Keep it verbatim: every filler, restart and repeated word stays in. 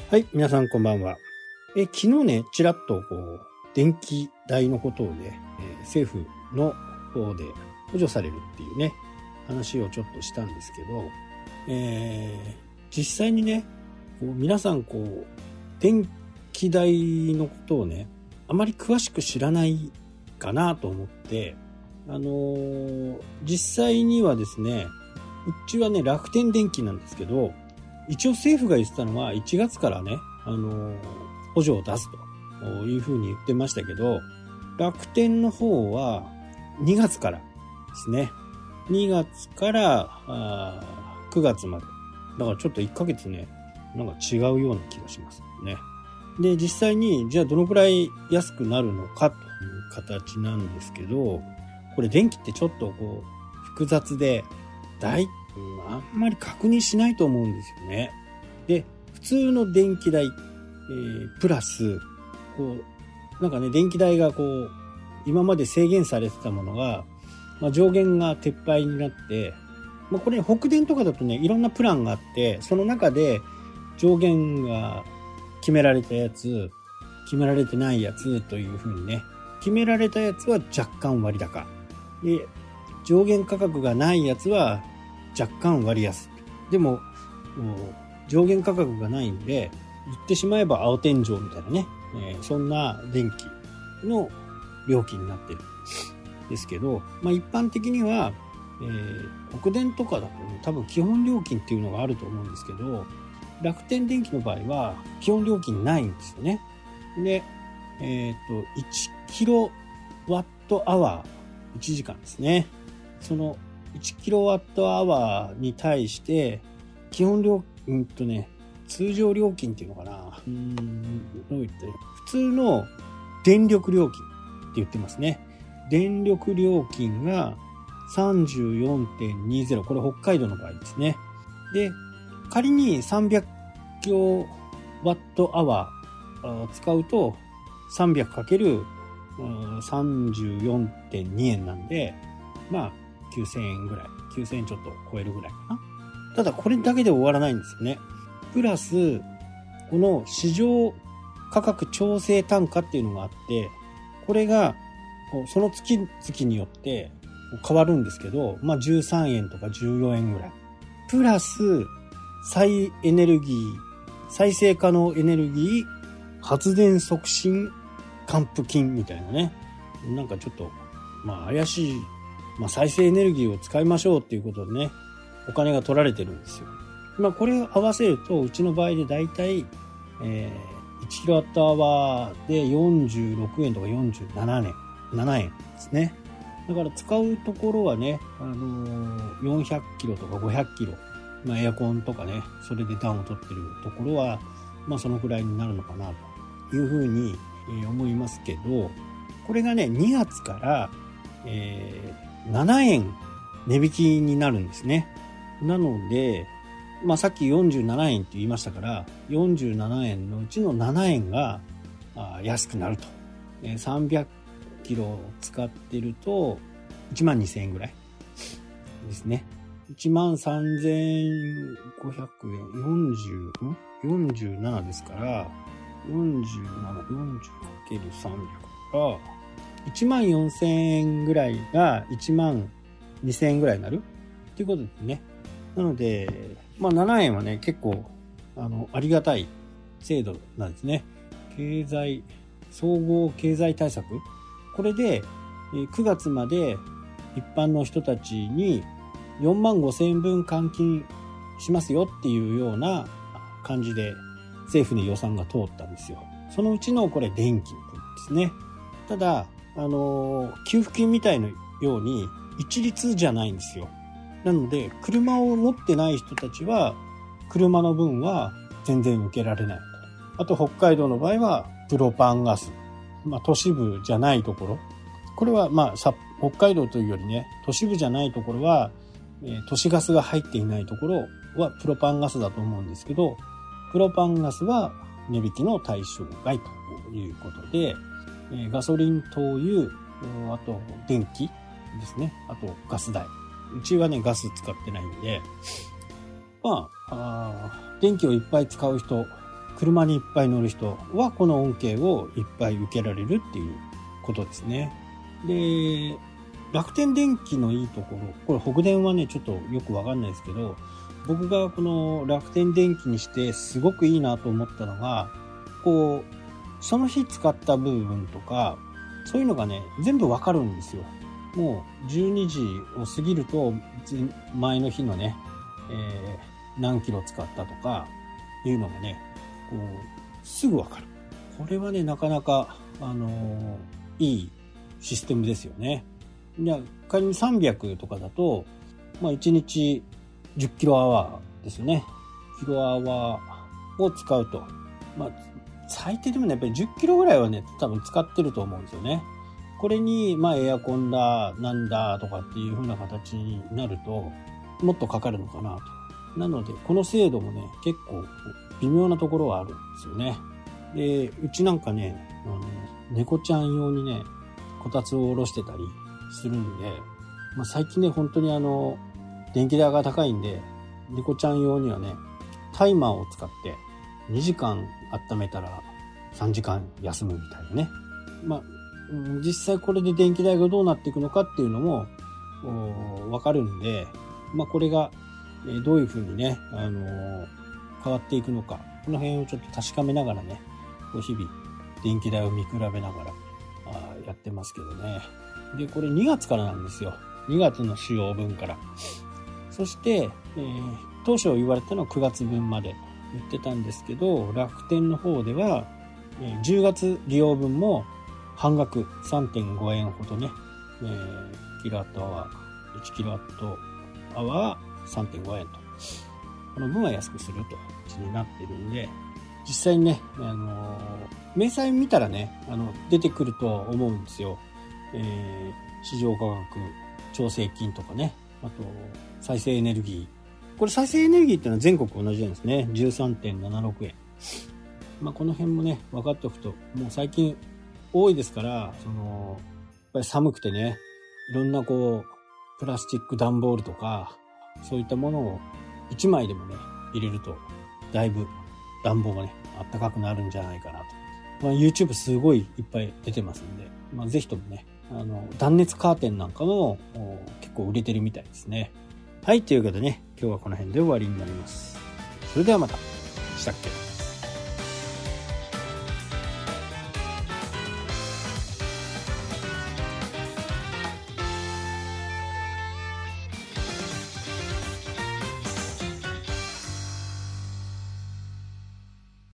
はい、皆さんこんばんは。え昨日ね、ちらっとこう電気代のことをね、えー、政府の方で補助されるっていうね話をちょっとしたんですけど、えー、実際にね、こう皆さんこう電気代のことをねあまり詳しく知らないかなと思って、あのー、実際にはですね、うちはね楽天電気なんですけど、一応政府が言ってたのはいちがつからね、あのー、補助を出すというふうに言ってましたけど、楽天の方はにがつからですね。にがつからくがつまで。だからちょっといっかげつね、なんか違うような気がしますね。で、実際にじゃあどのくらい安くなるのかという形なんですけど、これ電気ってちょっとこう複雑で、大あんまり確認しないと思うんですよね。で、普通の電気代、えー、プラスこうなんかね、電気代がこう今まで制限されてたものが、まあ、上限が撤廃になって、まあ、これ北電とかだとね、いろんなプランがあって、その中で上限が決められたやつ、決められてないやつというふうにね、決められたやつは若干割高で、上限価格がないやつは若干割安。でも上限価格がないんで、言ってしまえば青天井みたいなね、えー、そんな電気の料金になってるんですけど、まあ一般的には、えー、北電とかだとね、多分基本料金っていうのがあると思うんですけど、楽天電気の場合は基本料金ないんですよね。で、えっといちキロワットアワーいちじかんですね。そのいちキロワットアワーに対して基本料金とね、通常料金っていうのかな、うーん、どう言って普通の電力料金って言ってますね。電力料金が さんじゅうよんてんにじゅう、これ北海道の場合ですね。で、仮にさんびゃくキロワットアワー使うと さんびゃくかけるさんじゅうよんてんに 円なんで、まあきゅうせんえんぐらい、きゅうせんえんちょっと超えるぐらいかな。ただこれだけで終わらないんですよね。プラスこの市場価格調整単価っていうのがあって、これがその月々によって変わるんですけど、まあじゅうさんえんとかじゅうよえんぐらい。プラス再エネルギー、再生可能エネルギー発電促進還付金みたいなね。なんかちょっとまあ怪しい、まあ再生エネルギーを使いましょうっていうことでね、お金が取られてるんですよ。まあこれを合わせると、うちの場合でだいたい、えー、いちキロワットアワーでよんじゅうろくえんとかよんじゅうななえん、ななえんですね。だから使うところはね、あのー、よんひゃくキロとかごひゃくキロ、まあエアコンとかね、それで暖を取ってるところは、まあそのくらいになるのかなというふうに思いますけど、これがね、にがつから、えー、ななえん値引きになるんですね。なので、まあさっきよんじゅうななえんって言いましたから、よんじゅうななえんのうちのななえんが安くなると。さんびゃくキロ使ってるといちまんにせんえんぐらいですね。いちまんさんぜんごひゃくえん、よんじゅう、ん ?よんじゅうなな ですから、よんじゅうなな、よんじゅうかけるさんびゃく からいちまんよんせんえんぐらいがいちまんにせんえんぐらいになるっていうことですね。なので、まあななえんはね、結構、あの、ありがたい制度なんですね。経済、総合経済対策。これで、くがつまで一般の人たちによんまんごせんえんぶん還金しますよっていうような感じで政府に予算が通ったんですよ。そのうちのこれ電気ですね。ただ、あの、給付金みたいのように一律じゃないんですよ。なので、車を持ってない人たちは、車の分は全然受けられない。あと、北海道の場合は、プロパンガス。まあ、都市部じゃないところ。これは、まあ、さ、北海道というよりね、都市部じゃないところは、えー、都市ガスが入っていないところは、プロパンガスだと思うんですけど、プロパンガスは値引きの対象外ということで、えー、ガソリン、灯油、あと、電気ですね。あと、ガス代。うちはね、ガス使ってないんで、まあ、あ電気をいっぱい使う人車にいっぱい乗る人はこの恩恵をいっぱい受けられるっていうことですね。で、楽天電機のいいところ、これ北電はねちょっとよくわかんないですけど、僕がこの楽天電機にしてすごくいいなと思ったのが、こうその日使った部分とかそういうのがね全部わかるんですよ。もうじゅうにじを過ぎると前の日のね、えー、何キロ使ったとかいうのがねこうすぐわかる。これはねなかなかあのー、いいシステムですよね。じゃあ仮にさんびゃくとかだと、まあ、いちにちじゅっキロアワーですよね。キロアワーを使うと、まあ、最低でもねやっぱりじゅっキロぐらいはね多分使ってると思うんですよね。これにまあエアコンだなんだとかっていう風な形になるともっとかかるのかなと。なのでこの精度もね結構微妙なところはあるんですよね。でうちなんかねあの猫ちゃん用にねこたつを下ろしてたりするんで、まあ、最近ね本当にあの電気代が高いんで猫ちゃん用にはねタイマーを使ってにじかん温めたらさんじかん休むみたいなね。まあ実際これで電気代がどうなっていくのかっていうのもわかるんで、まあこれがどういうふうにね、あのー、変わっていくのか、この辺をちょっと確かめながらね、日々電気代を見比べながらあやってますけどね。で、これにがつからなんですよ。にがつの使用分から。そして、えー、当初言われたのはくがつぶんまで言ってたんですけど、楽天の方ではじゅうがつ利用分も半額 さんてんごえんほどね、えー、キロワットアワー、いちキロワットアワー さんてんごえんと。この分は安くするとになってるんで、実際にね、あのー、明細見たらね、あの、出てくると思うんですよ。えー、市場価格調整金とかね、あと、再生エネルギー。これ再生エネルギーっていうのは全国同じなんですね。じゅうさんてんななろくえん。まあ、この辺もね、分かっておくと、もう最近、多いですから、その、やっぱり寒くてね、いろんなこう、プラスチック段ボールとか、そういったものをいちまいでもね、入れると、だいぶ暖房がね、あったかくなるんじゃないかなと。まあ、YouTube すごいいっぱい出てますんで、まあ、ぜひともね、あの、断熱カーテンなんかも結構売れてるみたいですね。はい、ということでね、今日はこの辺で終わりになります。それではまた。したっけ